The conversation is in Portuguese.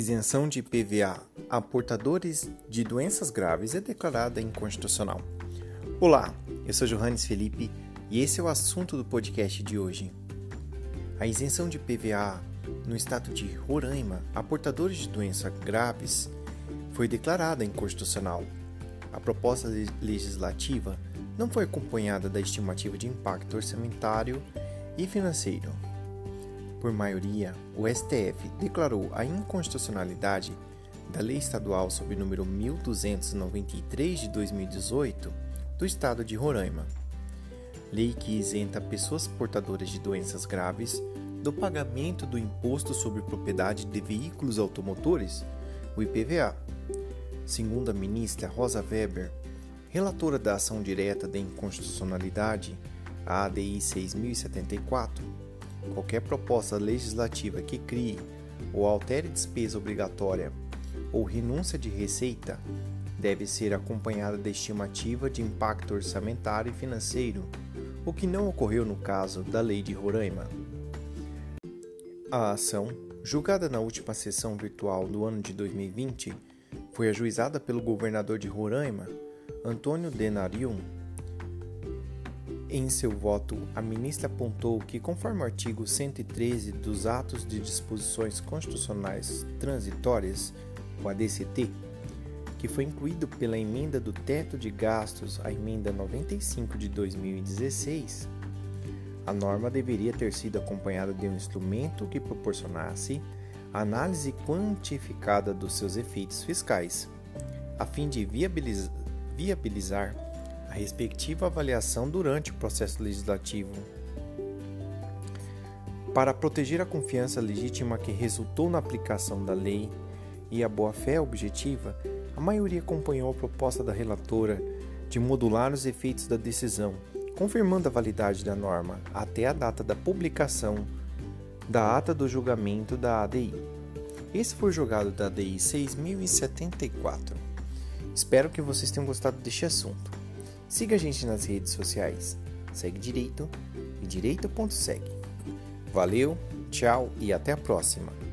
Isenção de IPVA a portadores de doenças graves é declarada inconstitucional. Olá, eu sou Johannes Felipe e esse é o assunto do podcast de hoje. A isenção de IPVA no estado de Roraima a portadores de doenças graves foi declarada inconstitucional. A proposta legislativa não foi acompanhada da estimativa de impacto orçamentário e financeiro. Por maioria, o STF declarou a inconstitucionalidade da Lei Estadual sob o número 1293 de 2018 do Estado de Roraima, lei que isenta pessoas portadoras de doenças graves do pagamento do Imposto sobre Propriedade de Veículos Automotores, o IPVA. Segundo a ministra Rosa Weber, relatora da ação direta da inconstitucionalidade, a ADI 6074, qualquer proposta legislativa que crie ou altere despesa obrigatória ou renúncia de receita deve ser acompanhada da estimativa de impacto orçamentário e financeiro, o que não ocorreu no caso da Lei de Roraima. A ação, julgada na última sessão virtual do ano de 2020, foi ajuizada pelo governador de Roraima, Antônio Denarium. Em seu voto, a ministra apontou que, conforme o artigo 113 dos Atos de Disposições Constitucionais Transitórias, o ADCT, que foi incluído pela emenda do teto de gastos à emenda 95 de 2016, a norma deveria ter sido acompanhada de um instrumento que proporcionasse a análise quantificada dos seus efeitos fiscais, a fim de viabilizar a respectiva avaliação durante o processo legislativo. Para proteger a confiança legítima que resultou na aplicação da lei e a boa-fé objetiva, a maioria acompanhou a proposta da relatora de modular os efeitos da decisão, confirmando a validade da norma até a data da publicação da ata do julgamento da ADI. Esse foi o julgado da ADI 6074. Espero que vocês tenham gostado deste assunto. Siga a gente nas redes sociais. Segue Direito e direito.segue. Valeu, tchau e até a próxima.